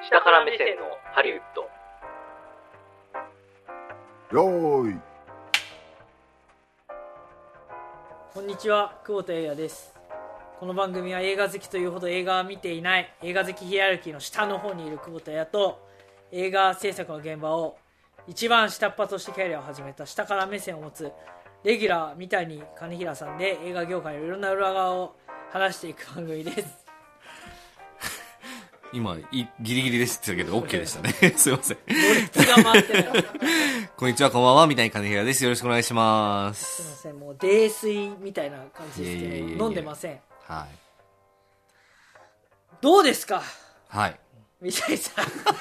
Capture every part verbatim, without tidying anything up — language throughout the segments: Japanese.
下から目線のハリウッド。 よーい。 こんにちは、久保田裕也です。この番組は映画好きというほど映画は見ていない映画好きヒエラルキーの下の方にいる久保田裕也と、映画制作の現場を一番下っ端としてキャリアを始めた下から目線を持つレギュラー三谷兼平さんで、映画業界のいろんな裏側を話していく番組です。 今いギリギリですって言ったけど OK でしたねすいません。 ロレッツが回ってるこんにちは、こんばんは、三谷兼平です。よろしくお願いします。 すいません、もう泥酔みたいな感じですけど、 いやいやいやいや飲んでません。 はいどうですかはい三谷さん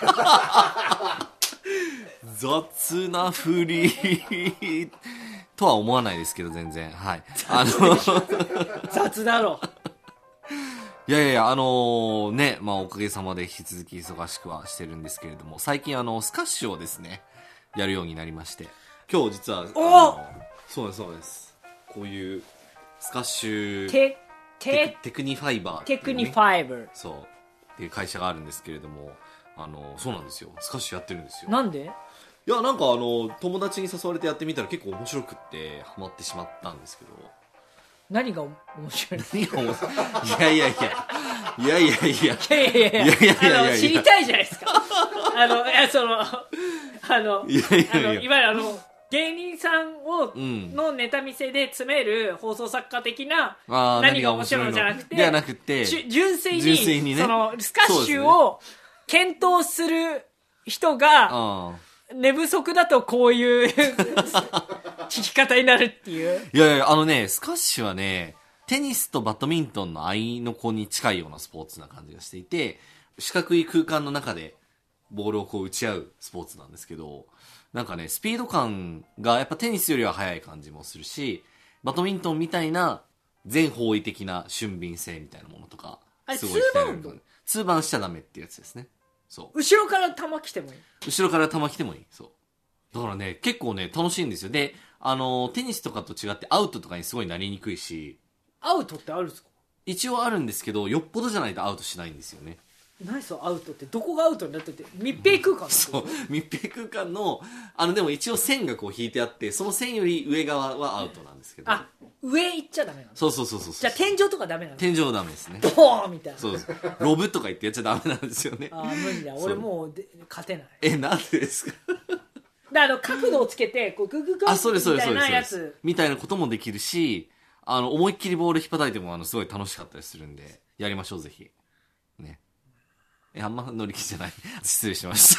雑なふりとは思わないですけど、全然。はい。あの雑だろいやいやいや、あのー、ね、まあおかげさまで引き続き忙しくはしてるんですけれども、最近あの、スカッシュをですね、やるようになりまして、今日実は、あのそうです、そうです。こういう、スカッシュ、 テ、 テテ、 テクニファイバー、 テクニファイバー。 そう、っていう会社があるんですけれども、あの、そうなんですよ。スカッシュやってるんですよ。 なんで？ いや、なんかあの、友達に誘われてやってみたら結構面白くってハマってしまったんですけど。 何が面白いの？ 何が面白い？いやいやいや。いやいやいや。 いやいやいや。 いやいやいやいやあの、知りたいじゃないですか。あの、いや、その、あの、 いやいやいやあの、いわゆるあの、芸人さんを、 うんのネタ見せで詰める放送作家的な、 あー何が面白いのじゃなくて、 ではなくて、 じゅ純粋に、 純粋にねその、スカッシュを検討する人が、 あ寝不足だとこういう聞き方になるっていう。 いやいや、あのね、スカッシュはね、テニスとバドミントンの合いの子に近いようなスポーツな感じがしていて、四角い空間の中でボールをこう打ち合うスポーツなんですけど、なんかね、スピード感がやっぱテニスよりは速い感じもするし、バドミントンみたいな全方位的な俊敏性みたいなものとか、 あれすごいツーバウンド？ ツーバウンしちゃダメっていうやつですね。そう。 後ろから球来てもいい？ 後ろから球来てもいい。そう。だからね、結構ね、楽しいんですよ。で、あの、テニスとかと違ってアウトとかにすごいなりにくいし、 アウトってあるんですか？ 一応あるんですけど、よっぽどじゃないとアウトしないんですよね。 何そのアウトって、どこがアウトになってて、密閉空間？ そう、密閉空間の、あの、でも一応線がこう引いてあって、その線より上側はアウトなんですけど。 あ、上行っちゃダメなの？ そうそうそうそう。 じゃあ天井とかダメなの？ 天井ダメですね。 ボーンみたいな。 そうです。ロブとか言ってやっちゃダメなんですよね。 あー無理だ、 そう俺もうで勝てない。 え、なんでですか？ で、あの角度をつけてこうグググあ、そうです、そうです、 みたいうなそです。 やつ。 みたいなこともできるし、あの、思いっきりボール引っ叩いても、あの、すごい楽しかったりするんで、やりましょう、ぜひ。ね。え、あんま乗り気じゃない。失礼しました。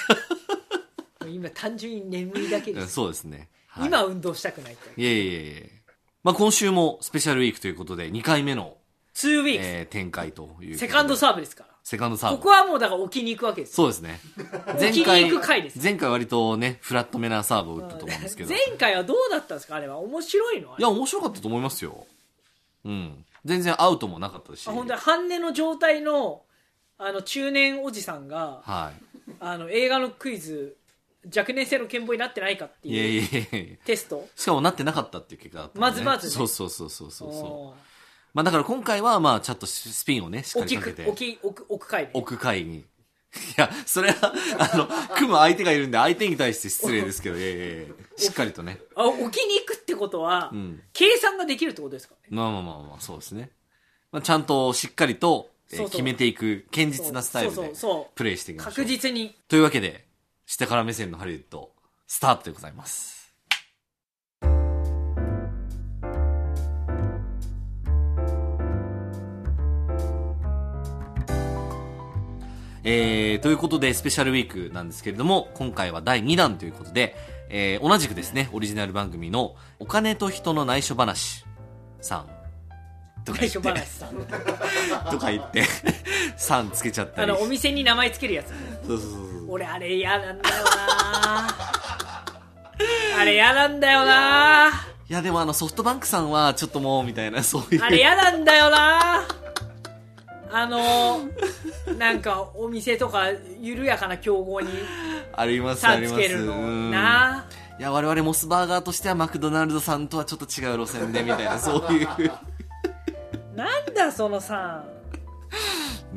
今単純に眠いだけです。 そうですね。はい、 今運動したくないって。 いやいやいやいや。まあ、今週もスペシャルウィークということで、にかいめの、 ツーウィークス、 えー、展開ということで。 セカンドサーブですから。 セカンドサーブ。 ここはもうだから置きに行くわけです。 そうですね。前置きに行く回です。 前回割とね、フラットめなサーブを打ったと思うんですけど。 前回はどうだったんですか？あれは面白いの？ いや、面白かったと思いますよ。うん。全然アウトもなかったし。 あ、ほんと半値の状態の、あの、中年おじさんが、 はい。 あの、映画のクイズ、若年性の健忘になってないかっていやいいうやいやいや。 テスト。 しかもなってなかったっていう結果だったんで、ね。 まずまずね。 そうそうそうそうそうそう。 おーまあだから今回はまあちょっとスピンをね、しっかりかけて。 置き、置く、置く回で。 置く回に。いや、それは、あの、組む相手がいるんで相手に対して失礼ですけど、いやいやいやしっかりとね。 あ、置きに行くってことは、 うん、 計算ができるってことですかね。 まあまあまあまあ、そうですね。まあ、ちゃんとしっかりと、えー、 そうそう決めていく堅実なスタイルでプレイしていきましょう。 確実に。 というわけで、下から目線のハリウッド、スタートでございます。えー、ということでスペシャルウィークなんですけれども、今回はだいにだんということで、えー、同じくですね、オリジナル番組のお金と人の内緒話さんとか言って、 内緒話さんとか言ってさんつけちゃったり、 あの、お店に名前つけるやつ。 そうそうそうそう。 俺あれ嫌なんだよなあれ嫌なんだよないやでもあのソフトバンクさんはちょっともうみたいな、そういうあれ嫌なんだよなあのなんかお店とか緩やかな競合にありますさありますつけるのな。 いや我々モスバーガーとしてはマクドナルドさんとはちょっと違う路線でみたいな、そういうなんだそのさね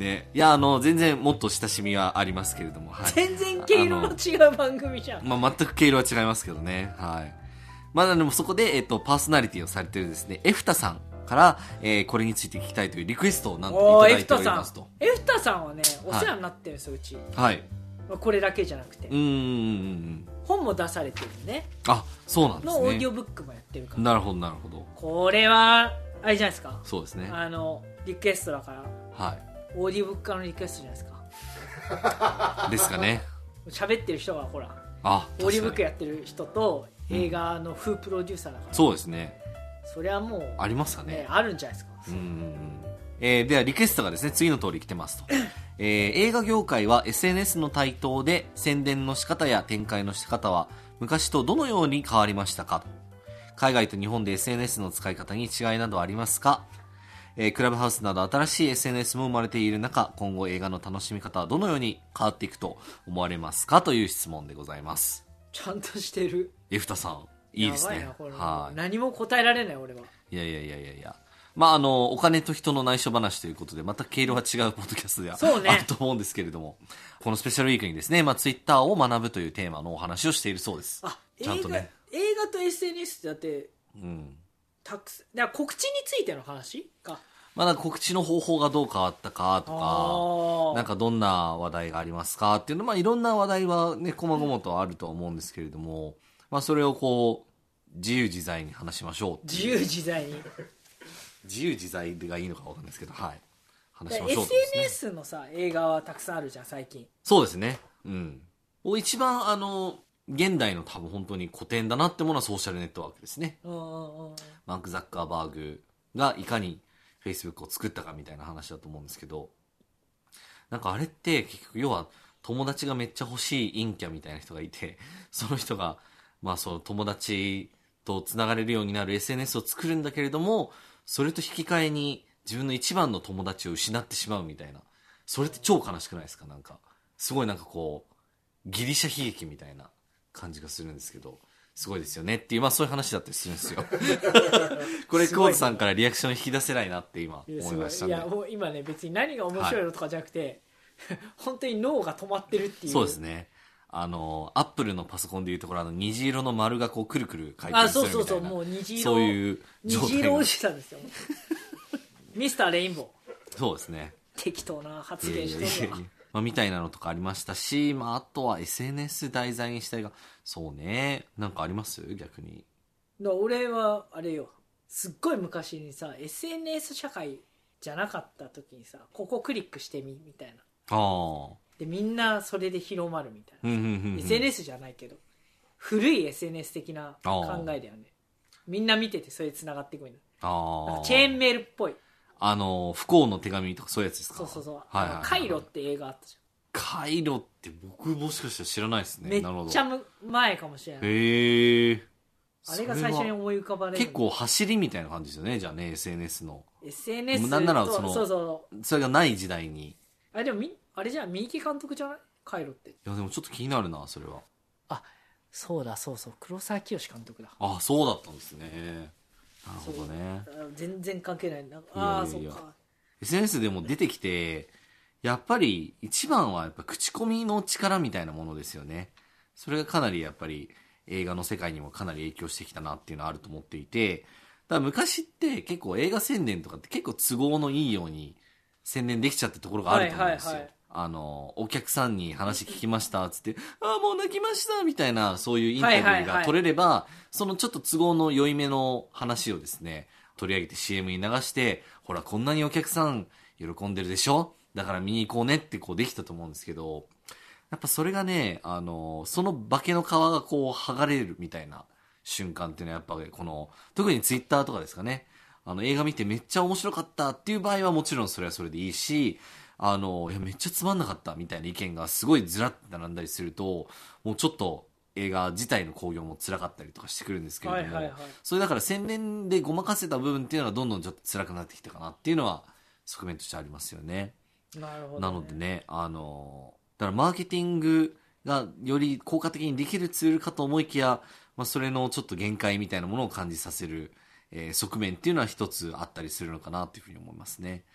ね、いやあの全然もっと親しみはありますけれども、はい、 全然毛色の違う番組じゃん。 まあ、全く毛色は違いますけどね。はい。まあでもそこで、えっと、パーソナリティをされてるですね、エフタさんから、えー、これについて聞きたいというリクエストをなんといただいておりますと。 エフタさんはね、お世話になってるんですよ、うち。 はい。 これだけじゃなくて。 うーん。 本も出されてるね。 あ、そうなんですね。 のオーディオブックもやってるから。 なるほど、なるほど。 これは、あれじゃないですか。 そうですね。 あの、リクエストだから。 はい。 オーディオブック化のリクエストじゃないですか。ですかね。 喋ってる人がほら、 あ、 オーディオブックやってる人と映画の風プロデューサーだから、うん、 そうですね。 それはもう、 ありますかね。 ね、あるんじゃないですか。 うん。えー、ではリクエストがですね、次の通り来てますと。えー、映画業界は エスエヌエス の台頭で宣伝の仕方や展開の仕方は昔とどのように変わりましたか。海外と日本で エスエヌエス の使い方に違いなどありますか。えー、クラブハウスなど新しい エスエヌエス も生まれている中、今後映画の楽しみ方はどのように変わっていくと思われますかという質問でございます。 ちゃんとしてる。 エフタさん、いいですね。 はい。何も答えられない俺は。 いやいやいやいやいや。まああのお金と人の内緒話ということで、また毛色は違うポッドキャストでは、ね、あると思うんですけれども、このスペシャルウィークにですね、まあツイッターを学ぶというテーマのお話をしているそうです。 あ、 ちゃんとね。 映画と エスエヌエス ってだって、 うん、 たくさん、だから告知についての話か。 まあなんか告知の方法がどう変わったかとか、なんかどんな話題がありますかっていうの、まあいろんな話題はね、こまごまとあるとは思うんですけれども、まあそれをこう自由自在に話しましょう。 自由自在に。 自由自在がいいのか分かんないですけど、はい、話しましょう、ね、 エスエヌエス のさ映画はたくさんあるじゃん最近。 そうですね。うん。一番あの現代の多分本当に古典だなってものはソーシャルネットワークですね。 うんうんうん、 マーク・ザッカーバーグがいかに Facebook を作ったかみたいな話だと思うんですけど、なんかあれって結局要は友達がめっちゃ欲しい陰キャみたいな人がいて、その人がまあその友達とつながれるようになる エスエヌエス を作るんだけれども、それと引き換えに自分の一番の友達を失ってしまうみたいな、それって超悲しくないですか。なんかすごいなんかこうギリシャ悲劇みたいな感じがするんですけど、すごいですよねっていう、まあそういう話だったりするんですよ。これ久保田さんからリアクション引き出せないなって今思いましたね。 いやもう今ね別に何が面白いのとかじゃなくて、はい、本当に脳が止まってるっていう。 そうですね。あのアップルのパソコンでいうところ、あの虹色の丸がこうくるくる回転するみたいな、あ、そうそうそう、もう虹色、そういう虹色おじさんですよ。ミスターレインボー。 そうですね。 適当な発言してるわ。 まあ、みたいなのとかありましたし、まあ、あとは エスエヌエス 題材にしたいが、そうね、なんかあります逆に。 だ俺はあれよ、すっごい昔にさ エスエヌエス 社会じゃなかった時にさ、ここクリックしてみみたいな、 あでみんなそれで広まるみたいな、 うんうんうんうん、 エスエヌエス じゃないけど古い エスエヌエス 的な考えだよね。みんな見ててそれで繋がっていくみたいな、あなんかチェーンメールっぽい、 あの不幸の手紙とかそういうやつですか。 そうそうそう、 はいはいはいはい、 カイロって映画あったじゃん。 カイロって僕もしかしたら知らないですね。 めっちゃ前かもしれない。 へえ。 あれが最初に思い浮かばれる。 結構走りみたいな感じですよね。じゃあね エスエヌエス のエスエヌエス となんならそのそうそうそれがない時代に。 あれでもみあれじゃん、三池監督じゃないカイロって。いやでもちょっと気になるなそれは。 あ、そうだそうそう、黒沢清監督だ。 あ、そうだったんですね。なるほどね。 全然関係ないな。ああ、そっか。 エスエヌエス でも出てきて、やっぱり一番はやっぱ口コミの力みたいなものですよね。それがかなりやっぱり映画の世界にもかなり影響してきたなっていうのはあると思っていて、だから昔って結構映画宣伝とかって結構都合のいいように宣伝できちゃったところがあると思うんですよ。はいはいはい、あのお客さんに話聞きましたっつってああもう泣きましたみたいな、そういうインタビューが取れれば、はいはいはい、そのちょっと都合の良いめの話をですね取り上げて シーエム に流して、ほらこんなにお客さん喜んでるでしょ、だから見に行こうねってこうできたと思うんですけど、やっぱそれがね、あのその化けの皮がこう剥がれるみたいな瞬間っていうのはやっぱこの特にツイッターとかですかね、あの映画見てめっちゃ面白かったっていう場合はもちろんそれはそれでいいし、あのいやめっちゃつまんなかったみたいな意見がすごいずらって並んだりすると、もうちょっと映画自体の興行も辛かったりとかしてくるんですけれども、はいはいはい、それだから宣伝でごまかせた部分っていうのはどんどんちょっと辛くなってきたかなっていうのは側面としてありますよね。 なるほどね。 なのでね、あのだからマーケティングがより効果的にできるツールかと思いきや、まあ、それのちょっと限界みたいなものを感じさせる、えー、側面っていうのは一つあったりするのかなというふうに思いますね。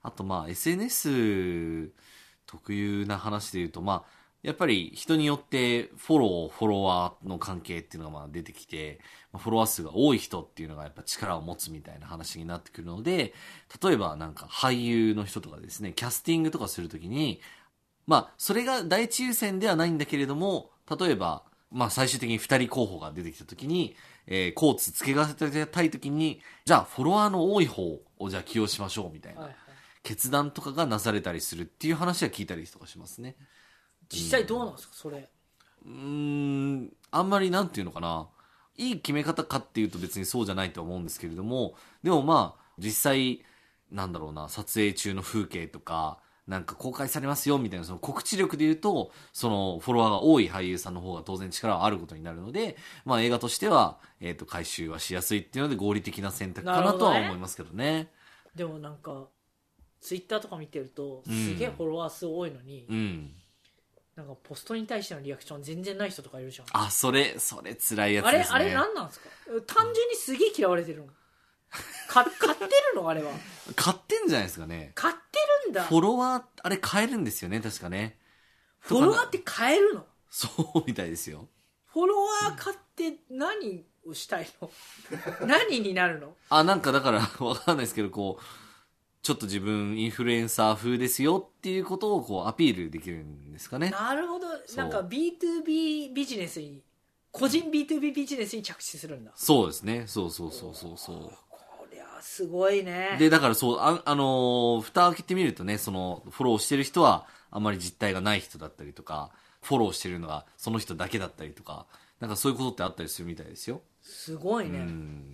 あとまあ エスエヌエス 特有な話で言うと、まあやっぱり人によってフォロー、フォロワーの関係っていうのがまあ出てきて、フォロワー数が多い人っていうのがやっぱ力を持つみたいな話になってくるので、例えばなんか俳優の人とかですね、キャスティングとかするときに、まあそれが第一優先ではないんだけれども、例えば、まあ最終的に二人候補が出てきたときに、えー、コーツ付けがせたいときに、じゃあフォロワーの多い方をじゃあ起用しましょうみたいな、はいはい、決断とかがなされたりするっていう話は聞いたりとかしますね。 実際どうなんですか、それ。 うーん、あんまりなんていうのかな、いい決め方かっていうと別にそうじゃないとは思うんですけれども、でもまあ実際なんだろうな、撮影中の風景とかなんか公開されますよみたいなその告知力で言うと、そのフォロワーが多い俳優さんの方が当然力はあることになるので、まあ映画としてはえっと回収はしやすいっていうので合理的な選択かなとは思いますけどね。 ね、でもなんかツイッターとか見てるとすげえフォロワー数多いのに。うんうん、なんかポストに対してのリアクション全然ない人とかいるじゃん。 あ、それそれ辛いやつですね。 あれあれ何なんですか。単純にすげえ嫌われてるの。か買ってるのあれは。 買ってんじゃないですかね。 買ってるんだ。 フォロワーあれ買えるんですよね、確かね。 フォロワーって買えるの。 そうみたいですよ。 フォロワー買って何をしたいの。何になるの。 あ、なんかだからわかんないですけど、こうちょっと自分インフルエンサー風ですよっていうことをこうアピールできるんですかね。 なるほど。なんか ビーツービー ビジネスに、個人 ビーツービー ビジネスに着手するんだ。 そうですね。そうそうそうそうそう。 こりゃすごいね。 でだからそう、あ、あのー、蓋を開けてみるとね、そのフォローしてる人はあんまり実体がない人だったりとか、フォローしてるのがその人だけだったりとか、なんかそういうことってあったりするみたいですよ。 すごいね。 うん。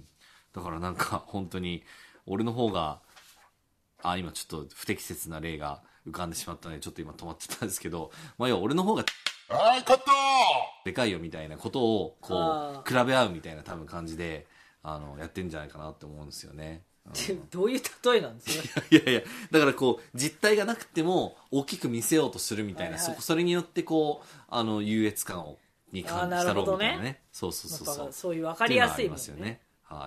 だからなんか本当に俺の方が、あ、今ちょっと不適切な例が浮かんでしまったのでちょっと今止まってたんですけど、まあ要は俺の方があーカットでかいよみたいなことをこう比べ合うみたいな多分感じであのやってんじゃないかなって思うんですよね。 どういう例えなんですか。 いやいや、だからこう実体がなくても大きく見せようとするみたいな、はいはい、そ, それによってこうあの優越感をに感じたろうみたいなね。 ね、 そうそうそうそう。 そういう分かりやすいもんね。 ますよね。はい。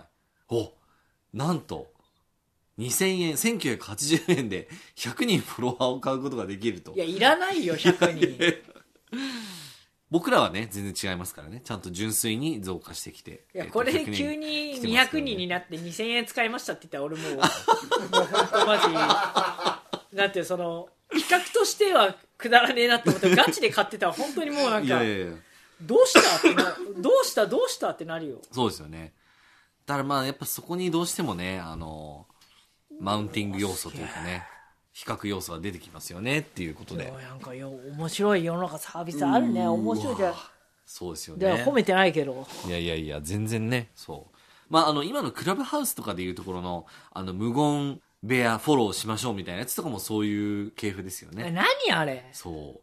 お、なんとにせんえん、せんきゅうひゃくはちじゅうえんでひゃくにんフォロワーを買うことができると。 いや、いらないよ、ひゃくにん。 僕らはね、全然違いますからね。ちゃんと純粋に増加してきて。 いや、これで急ににひゃくにんになってにせんえん使いましたって言ったら俺もう、もう本当マジ、だってその、企画としてはくだらねえなって思ってガチで買ってたら本当にもうなんか、いやいやいやどうしたってな、どうしたどうしたってなるよ。 そうですよね。だからまあやっぱそこにどうしてもね、あの、マウンティング要素というかね、比較要素が出てきますよねっていうことで。 なんかよ、面白い世の中サービスあるね。面白いじゃん。 そうですよね。 では褒めてないけど。 いやいやいや、全然ね、そう。まああの、今のクラブハウスとかでいうところの、あの、無言部屋フォローしましょうみたいなやつとかもそういう系譜ですよね。 何あれ。 そう。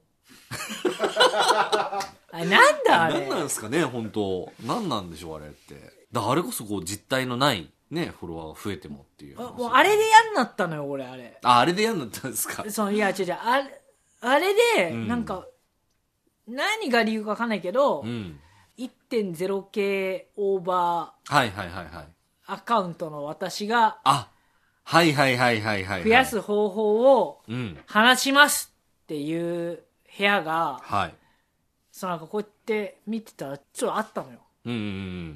あれなんだあれ。 何なんですかね、本当。何なんでしょう、あれって。だからあれこそこう実体のないね、フォロワーが増えてもっていう。 あ、もうあれで嫌になったのよ、俺、あれ。 あ、あれで嫌になったんですか。 そう、いや、違う違う、あれ、あれで、うん、なんか、何が理由かわかんないけど、うん、いってんゼロケー オーバー、はいはいはいはい。 アカウントの私が、 あ、はいはいはいはいはい。 増やす方法を、話しますっていう部屋が、はい。そう、なんかこうやって見てたら、ちょっとあったのよ。うんうんうん。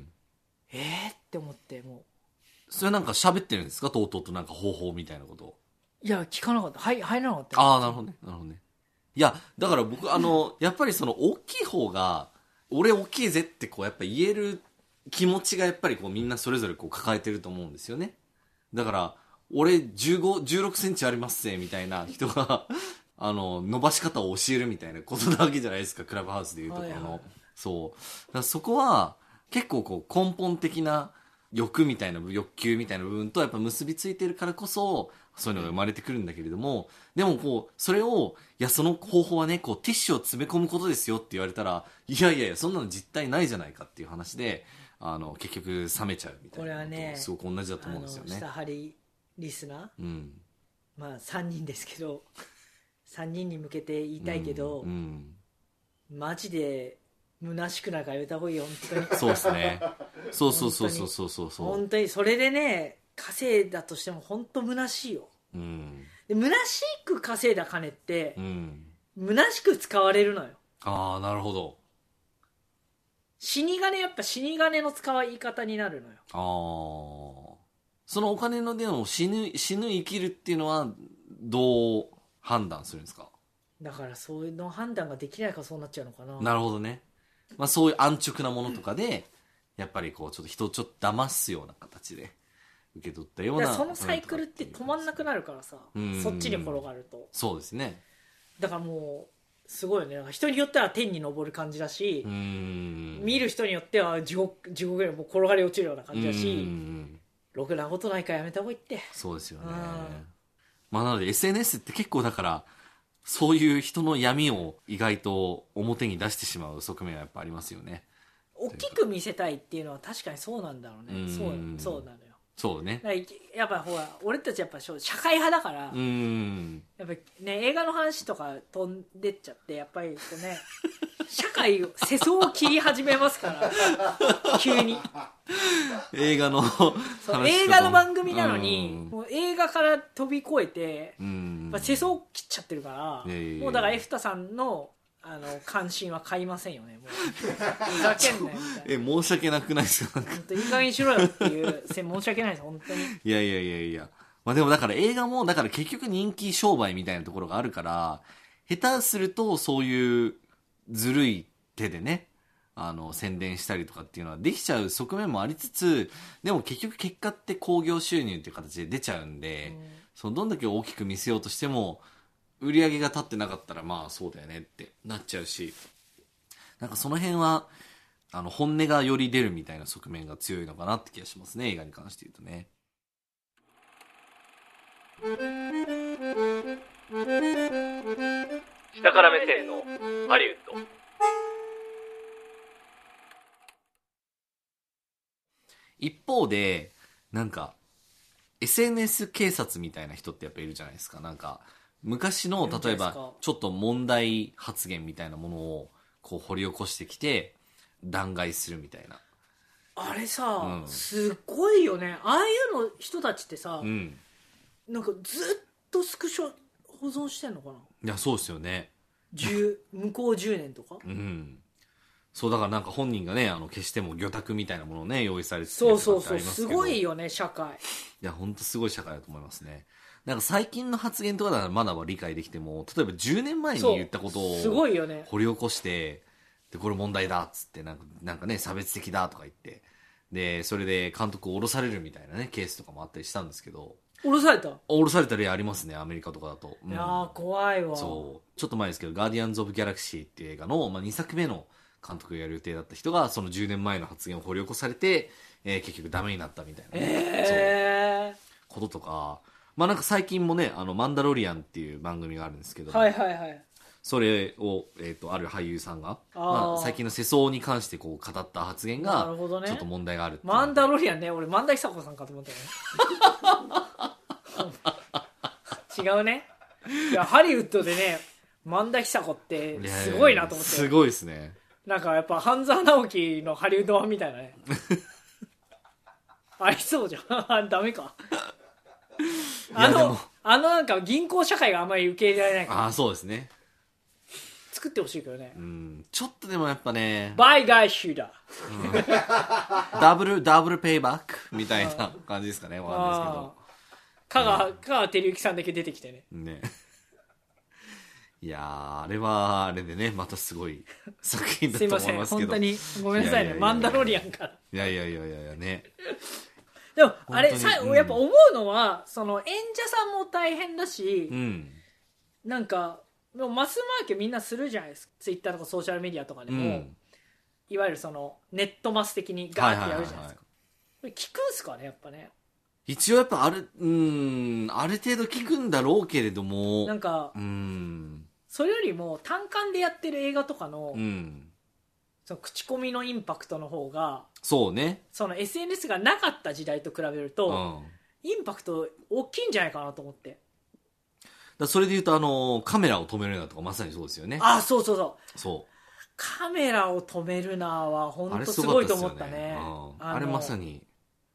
えーって思って、もう。 それなんか喋ってるんですか、とうとうとなんか方法みたいなことを。 いや、聞かなかった。はい、入らなかった。 ああ、なるほどね。なるほどね。いや、だから僕、あの、やっぱりその、大きい方が、俺大きいぜってこう、やっぱ言える気持ちがやっぱりこう、みんなそれぞれこう、抱えてると思うんですよね。だから、俺じゅうご、じゅうろくセンチありますぜ、みたいな人が、あの、伸ばし方を教えるみたいなことなわけじゃないですか、クラブハウスでいうところの。はいはい、そう。だからそこは、結構こう、根本的な、欲みたいな欲求みたいな部分とやっぱ結びついてるからこそそういうのが生まれてくるんだけれども、でもこうそれをいやその方法はねこうティッシュを詰め込むことですよって言われたらいやいやいやそんなの実態ないじゃないかっていう話であの結局冷めちゃうみたいなこととすごく同じだと思うんですよね。 下張りリスナー、うん、まあさんにんですけどさんにんに向けて言いたいけど、うんうん、マジで虚しくなんかやめた方がいいよ本当に。 そうですね。そうそうそうそうそうそう本当にそれでね稼いだとしても本当虚しいよ。うん。 で虚しく稼いだ金って、 うん、 虚しく使われるのよ。 ああなるほど。 死に金やっぱ死に金の使い方になるのよ。 ああそのお金のでも死ぬ死ぬ生きるっていうのはどう判断するんですか？ だからそういうの判断ができないからそうなっちゃうのかな。 なるほどね。まあそういう安直なものとかでやっぱりこうちょっと人をちょっと騙すような形で受け取ったような。 そのサイクルって止まんなくなるからさ、そっちに転がると。 そうですね。 だからもうすごいよね。人によっては天に昇る感じだし、うーん見る人によっては地獄地獄にもう転がり落ちるような感じだし、うーんろくなことないからやめた方がいいって。 そうですよね。まあなので エスエヌエス って結構だからそういう人の闇を意外と表に出してしまう側面はやっぱありますよね。 大きく見せたいっていうのは確かにそうなんだろうね。うそうそうなのよ。 そうね。 やっぱほら俺たちやっぱ社会派だから、 うんやっぱね映画の話とか飛んでっちゃってやっぱりこうね社会を世相を切り始めますから急に映画のそう映画の番組なのにもう映画から飛び越えてやっぱ世相を切っちゃってるから、もうだからエフタさんのあの関心は買いませんよね。もうふざけんなよみたいな。 え申し訳なくないですか？ 本当いい加減にしろよっていう申し訳ないです本当に。 いやいやいやいや。まあでもだから映画もだから結局人気商売みたいなところがあるから下手するとそういうずるい手でねあの宣伝したりとかっていうのはできちゃう側面もありつつ、でも結局結果って興行収入っていう形で出ちゃうんで、うん、そのどんだけ大きく見せようとしても売り上げが立ってなかったらまあそうだよねってなっちゃうし、なんかその辺はあの本音がより出るみたいな側面が強いのかなって気がしますね、映画に関して言うとね。 下から目線のハリウッド。 一方でなんか エスエヌエス 警察みたいな人ってやっぱいるじゃないですか。なんか昔の例えばちょっと問題発言みたいなものをこう掘り起こしてきて弾劾するみたいな。 あれさ、うん、すごいよね。ああいうの人たちってさ、うん、なんかずっとスクショ保存してんのかな。 いやそうですよね。 向こうじゅうねんとか。 うんそうだからなんか本人がねあの消しても魚拓みたいなものをね用意されててそうそうそうすごいよね社会。 いや本当すごい社会だと思いますね。なんか最近の発言とかならまだは理解できても、例えばじゅうねんまえに言ったことをすごいよね掘り起こしてでこれ問題だっつってなんかなんかね差別的だとか言ってでそれで監督を降ろされるみたいなねケースとかもあったりしたんですけど。 降ろされた降ろされた例ありますねアメリカとかだと、 うん、いやー怖いわ。 そうちょっと前ですけどガーディアンズ・オブ・ギャラクシーっていう映画の、まあ、にさくめの監督がやる予定だった人がそのじゅうねんまえの発言を掘り起こされて、えー、結局ダメになったみたいな、ねえー、そうこととか、まあなんか最近もねあのマンダロリアンっていう番組があるんですけど、 はいはいはい、 それを、えー、とある俳優さんがあ、まあ、最近の世相に関してこう語った発言がちょっと問題があるっていう、 ね、マンダロリアンね俺萬田久子さんかと思ったよ違うね。いやハリウッドでね萬田久子ってすごいなと思って。 すごいですね。 なんかやっぱ半沢直樹のハリウッド版みたいなねありそうじゃんダメかあのあのなんか銀行社会があんまり受け入れられないから。 ああそうですね。 作ってほしいけどね。 うんちょっとでもやっぱねバイガイシューだ、 うん、ダブルダブルペイバックみたいな感じですかね。わかんないですけど香川、香川照之さんだけ出てきてね。 ねいやーあれはあれでねまたすごい作品だと思いますけど。すいません本当にごめんなさいね。マンダロリアンからいやいやいやいやいやねでもあれさ、うん、やっぱ思うのはその演者さんも大変だし、うん、なんかマスマーケみんなするじゃないですか。ツイッターとかソーシャルメディアとかでも、うん、いわゆるそのネットマス的にガーってやるじゃないですか。これ聞くんすかねやっぱね。 一応やっぱあるうんある程度聞くんだろうけれどもなんかうんそれよりも単館でやってる映画とかの、うん、その口コミのインパクトの方がそうねその エスエヌエス がなかった時代と比べると、うん、インパクト大きいんじゃないかなと思って。 だそれでいうとあのカメラを止めるなとかまさにそうですよね。 あそうそうそうそうカメラを止めるなは本当すごいと思ったね。 あれすごかったですよね、うん、あ, あれまさに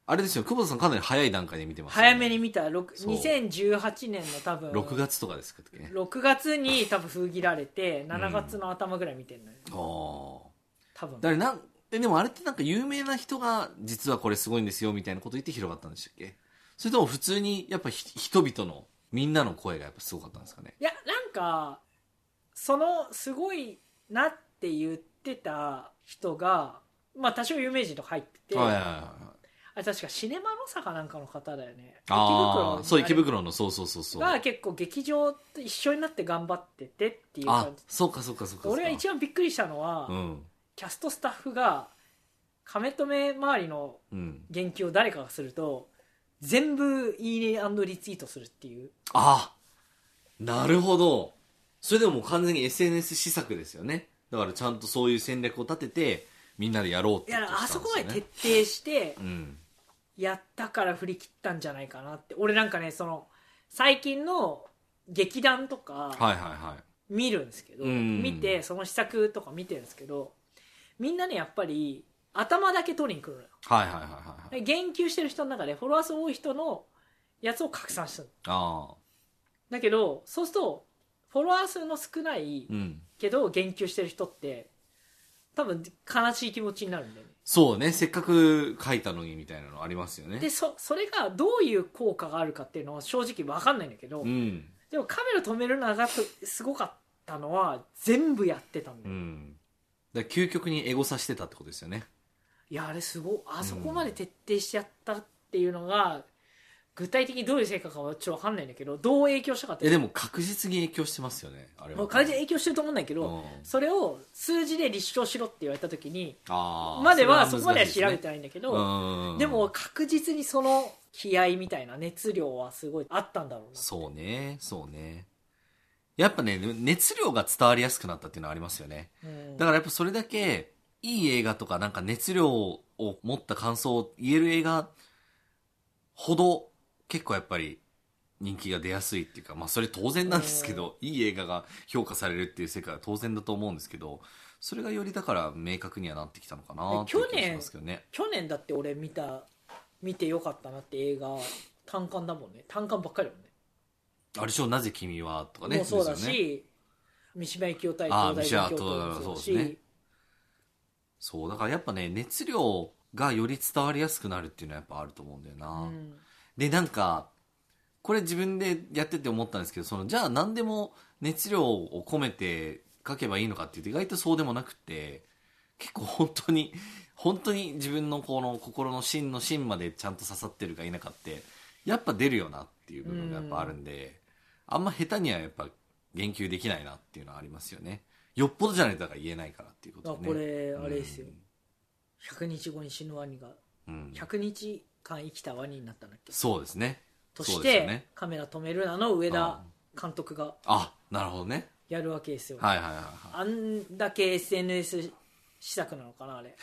あれですよ、久保田さんかなり早い段階で見てますよね。 早めに見たろくそうにせんじゅうはちねんの多分ろくがつとかですかね。 ろくがつに多分封切られてしちがつの頭ぐらい見てるのよ、 ああ。 多分だからなんえでもあれってなんか有名な人が実はこれすごいんですよみたいなこと言って広がったんでしたっけ？それとも普通にやっぱひ人々のみんなの声がやっぱすごかったんですかね？ いやなんかそのすごいなって言ってた人がまあ多少有名人とか入ってて、 はいはいはいはい。 あれ確かシネマロサかなんかの方だよね。 ああ、そう池袋袋のそうそうそうそう。 が結構劇場と一緒になって頑張っててっていうあ感じ。 そうかそうかそうかそうか。 俺が一番びっくりしたのは、 うん、 キャストスタッフが亀止め周りのうん、 言及を誰かがすると全部いいね&リツイートするっていう。 あなるほど。それでももう完全に エスエヌエス 施策ですよね。だからちゃんとそういう戦略を立ててみんなでやろうっていやことをあそこしたんですよね。 まで徹底してうんやったから振り切ったんじゃないかなって。俺なんかねその最近の劇団とかはいはいはい見るんですけど、 うん見てその施策とか見てるんですけどみんなねやっぱり頭だけ取りに来るのよ。 はいはいはいはいはい。 言及してる人の中でフォロワー数多い人のやつを拡散したのああだけどそうするとフォロワー数の少ないうんけど言及してる人って多分悲しい気持ちになるんだよね。 そうね、せっかく書いたのにみたいなのありますよね。 で そ, それがどういう効果があるかっていうのは正直分かんないんだけど、 うん、 でもカメラ止めるのがすごかったのは全部やってたんだよ、 うん、だから究極にエゴさしてたってことですよね。 いやあれすごいあそこまで徹底しちゃったっていうのが、具体的にどういう成果かはちょっと分かんないんだけどどう影響したかっていやでも確実に影響してますよねあれは。 もう完全に影響してると思うんだけど、 うんそれを数字で立証しろって言われた時にあまではそこまではれ難しいすね調べてないんだけど、 うんでも確実にその気合みたいな熱量はすごいあったんだろうな。 そうねそうね、やっぱね熱量が伝わりやすくなったっていうのはありますよね、 うん、 だからやっぱそれだけいい映画とかなんか熱量を持った感想を言える映画ほど結構やっぱり人気が出やすいっていうか、まあそれ当然なんですけど、いい映画が評価されるっていう世界は当然だと思うんですけど、それがよりだから明確にはなってきたのかなっていう気がしますけどね。 去年だって俺見た見てよかったなって映画単館だもんね。単館ばっかりだもんね。 あれでしょ、なぜ君はとかね。 もうそうだですよね、 し三島由紀夫対あ東大三島京都もそうだし、 そうですね。そうだからやっぱね熱量がより伝わりやすくなるっていうのはやっぱあると思うんだよな、 うん、 でなんかこれ自分でやってて思ったんですけど、そのじゃあ何でも熱量を込めて書けばいいのかっていうと意外とそうでもなくて、結構本当に本当に自分のこの心の芯の芯までちゃんと刺さってるか否かってやっぱ出るよなっていう部分がやっぱあるんで、あんま下手にはやっぱ言及できないなっていうのはありますよね。よっぽどじゃないとだから言えないからっていうことでね。 あこれあれですよ、ひゃくにちごに死ぬワニがひゃくにちかん生きたワニになったんだっけ。 そうですね。 として、 ね、 カメラ止めるなの上田監督があなるほどねやるわけですよ、 はいはいはいはい、 あんだけ エスエヌエス 施策なのかなあれ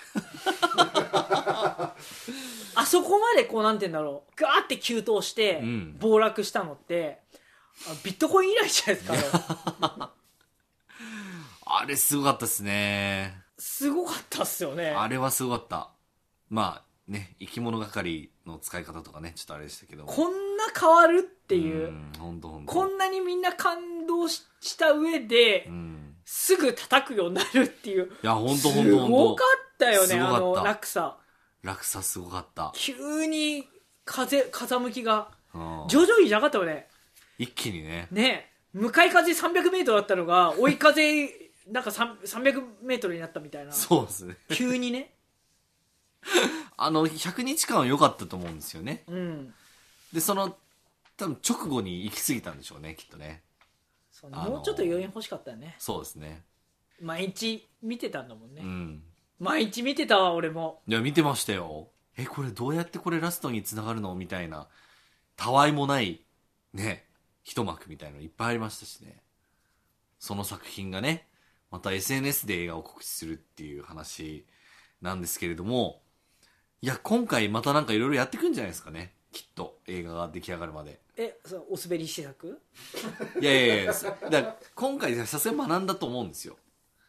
あそこまでこうなんて言うんだろうガーって急騰して暴落したのって、うん、ビットコイン以来じゃないですかあれすごかったですね。 すごかったっすよね。 あれはすごかった。まあね、生き物係の使い方とかねちょっとあれでしたけど、 こんな変わるっていう、うん、 ほんとほんとこんなにみんな感動した上で、うん、すぐ叩くようになるっていう。いやほんとほんとほんとすごかったよね。あの落差落差すごかった。 急に風風向きが徐々にじゃなかったよね。 一気にねね向かい風さんびゃくメートルだったのが追い風なんかさんびゃくメートルになったみたいな。 そうですね急にねあのひゃくにちかんは良かったと思うんですよね、 うん、 でその多分直後に行き過ぎたんでしょうねきっとね。 そうもうちょっと余韻欲しかったよね。 そうですね。 毎日見てたんだもんね、 うん、 毎日見てたわ俺も。 いや見てましたよ。えこれどうやってこれラストにつながるのみたいなたわいもないね一幕みたいなのいっぱいありましたしね。その作品がねまた エスエヌエス で映画を告知するっていう話なんですけれども、いや今回またなんかいろいろやってくんじゃないですかねきっと映画が出来上がるまで。 えそお滑り施策いやいやいやだから今回さすがに学んだと思うんですよ。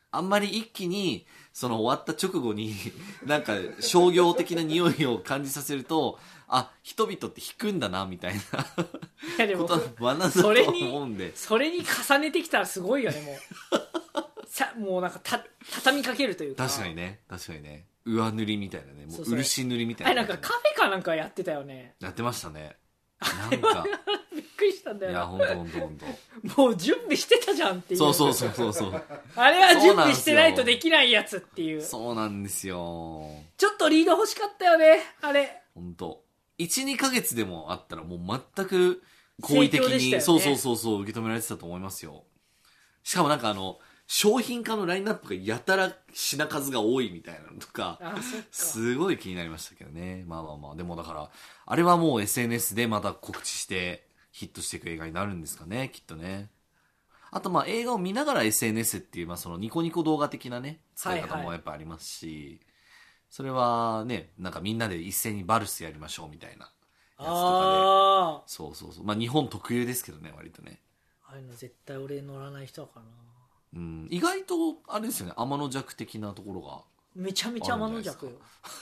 あんまり一気にその終わった直後になんか商業的な匂いを感じさせると、あ、人々って引くんだなみたいないやでもことは学んだとそれに思うんで、 それに重ねてきたらすごいよねもうさもうなんかた畳みかけるというか。 確かにね、確かにね、上塗りみたいなね、もそううそう漆塗りみたあいなれなんかカフェかなんかやってたよね。 やってましたね。なんかびっくりしたんだよな。 いやほんとほんとほんともう準備してたじゃんっていう。 そうそうそうそうそうあれは準備してないとできないやつっていう。 そうなんですよ。 ちょっとリード欲しかったよねあれ。 ほんと いち,に ヶ月でもあったらもう全く好意的に、 盛況でしたよねそうそうそうそう受け止められてたと思いますよ。しかもなんかあの商品化のラインナップがやたら品数が多いみたいなのとか、 あそっか。 すごい気になりましたけどね。まあまあまあ、でもだからあれはもう エスエヌエス でまた告知してヒットしていく映画になるんですかね、きっとね。あとまあ映画を見ながら エスエヌエス っていう、まあ、そのニコニコ動画的なね使い方もやっぱありますし、はいはい、それはね、なんかみんなで一斉にバルスやりましょうみたいなやつとかで、 あそうそうそう、まあ日本特有ですけどね、割とね。 ああいうの絶対俺乗らない人だからな。 うん、意外とあれですよね、天の弱的なところがめちゃめちゃ天の弱よ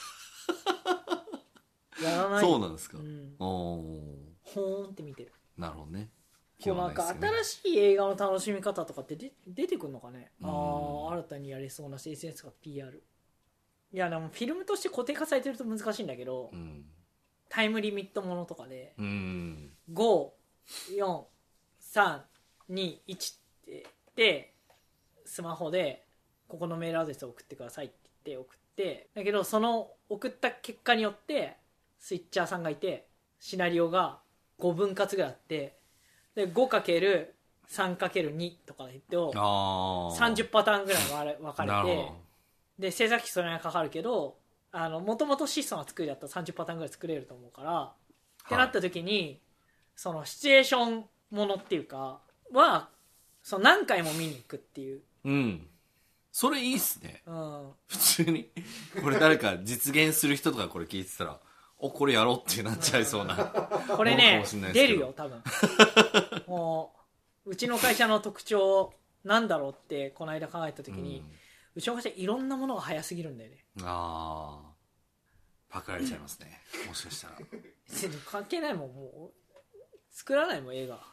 やらない。 そうなんですか、 うん、 おほーんって見てる。 なるほどね。 こうなんか新しい映画の楽しみ方とかってで出てくるのかね。ああ新たにやれそうな エスエヌエス とか ピーアール。いやでもフィルムとして固定化されてると難しいんだけど、うん、タイムリミットものとかで、うん、ご、よん、さん、に、いちってでスマホでここのメールアドレスを送ってくださいって言って送って、だけどその送った結果によってスイッチャーさんがいてシナリオがごぶん割ぐらいあって、で ごかけるさんかけるに とかで言ってさんじゅうパターンぐらい分かれて、で制作費それがかかるけど、もともと質素な作りだったらさんじゅうパターンぐらい作れると思うから、はい、ってなった時にそのシチュエーションものっていうかはその何回も見に行くっていう、 うん、それいいっすね、 うん、 普通にこれ誰か実現する人とかこれ聞いてたらおこれやろうってなっちゃいそうなこれね出るよ多分もううちの会社の特徴なんだろうってこの間考えた時に、うん、うちの会社いろんなものが早すぎるんだよね。ああパクられちゃいますねもしかしたら関係ないもん、もう作らないもん映画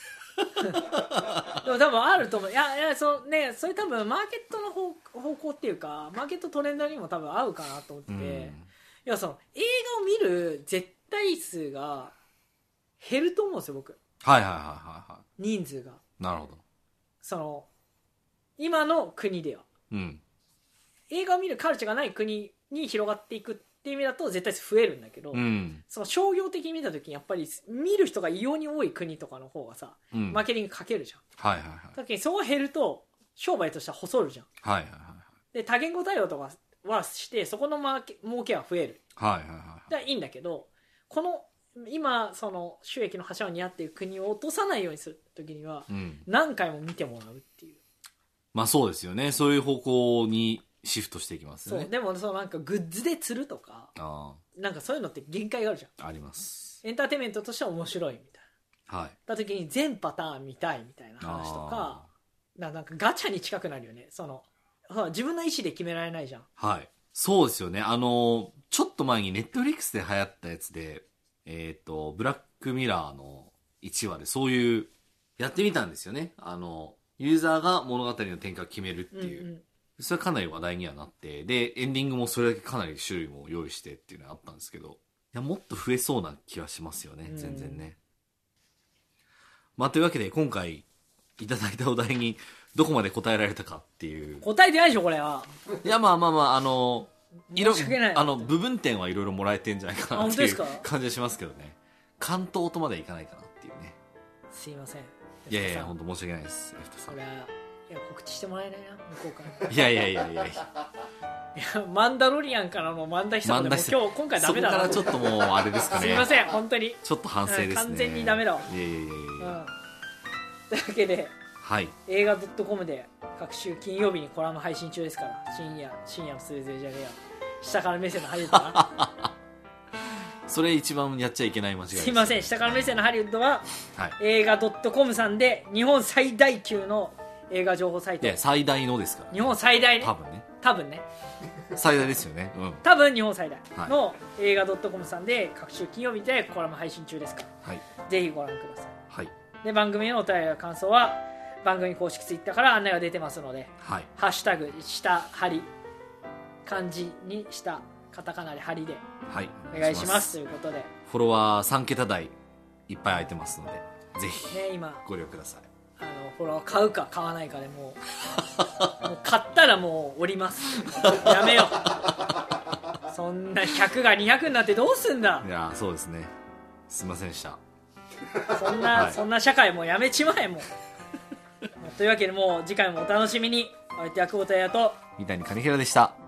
でも多分あると思う。いやいやそうね、それ多分マーケットの方方向っていうかマーケットトレンドにも多分合うかなと思ってて、うん、いやその映画を見る絶対数が減ると思うんですよ僕。 はいはいはいはいはい。 人数が。 なるほど。 その今の国では、うん、映画を見るカルチャーがない国に広がっていくっていう意味だと絶対増えるんだけど、うん、その商業的に見た時にやっぱり見る人が異様に多い国とかの方がさ、うん、マーケティングかけるじゃん。はいはいはい。だけどそこが減ると商売としては細るじゃん。はいはいはい。で多言語対応とかはしてそこのマーケ儲けは増える。はいはいはい。だからいいんだけど、この今その収益の柱になっている国を落とさないようにする時には、うん、何回も見てもらうっていう。まあそうですよね。そういう方向にシフトしていきますね。そうでもそのなんかグッズで釣るとか、あなんかそういうのって限界があるじゃん。あります。エンターテインメントとしては面白いみたいな。はい。だ時に全パターン見たいみたいな話とか、なんかガチャに近くなるよね。その自分の意思で決められないじゃん。はい。そうですよね。あのちょっと前にネットフリックスで流行ったやつで、えっとブラックミラーのいちわでそういうやってみたんですよね。あのユーザーが物語の展開を決めるっていう、うんうん、それはかなり話題にはなって、でエンディングもそれだけかなり種類も用意してっていうのがあったんですけど、いやもっと増えそうな気はしますよね、うん、全然ね。まあというわけで今回いただいたお題にどこまで答えられたかっていう。答えてないでしょこれは。いやまあまあまああのいろあの部分点はいろいろもらえてんじゃないかなっていう感じはしますけどね。関東とまではいかないかなっていうね。すいません。いやいや本当申し訳ないです。エフトさん。これはいや告知してもらえないな向こうから。いやいやいやいやいや。いやマンダロリアンからのマンダヒサでも今日今回ダメだな。そこからちょっともうあれですかね。すいません本当に。ちょっと反省ですね。完全にダメだわ。いやいやいやいや。うん、というわけで、はい、映画 .com で各週金曜日にコラム配信中ですから、深夜深夜のスレゼじゃねえや。下から目線のハリウッドなそれ一番やっちゃいけない間違いです、ね、すいません。下から目線のハリウッドは、はい、映画 .com さんで日本最大級の映画情報サイト、 いや最大のですから、ね、 日本最大ね多分ね多分ね最大ですよね、うん、 多分日本最大の映画 .com さんで各週金曜日でコラム配信中ですから、はい、ぜひご覧ください、はい、で番組へのお便りや感想は番組公式ツイッターから案内が出てますので、はい、ハッシュタグ下張り漢字に下カタカナで張りでお願いしますということで、 フォロワーさん桁台いっぱい空いてますのでぜひ、ね、今ご利用ください。 あのフォロワー買うか買わないかでもうもう買ったらもう降りますやめようそんなひゃくがにひゃくになってどうすんだ。 いやそうですね、すいませんでした。 そんな、はい、そんな社会もうやめちまえもうというわけでもう次回もお楽しみに。お相手は久保田彩と三谷兼平でした。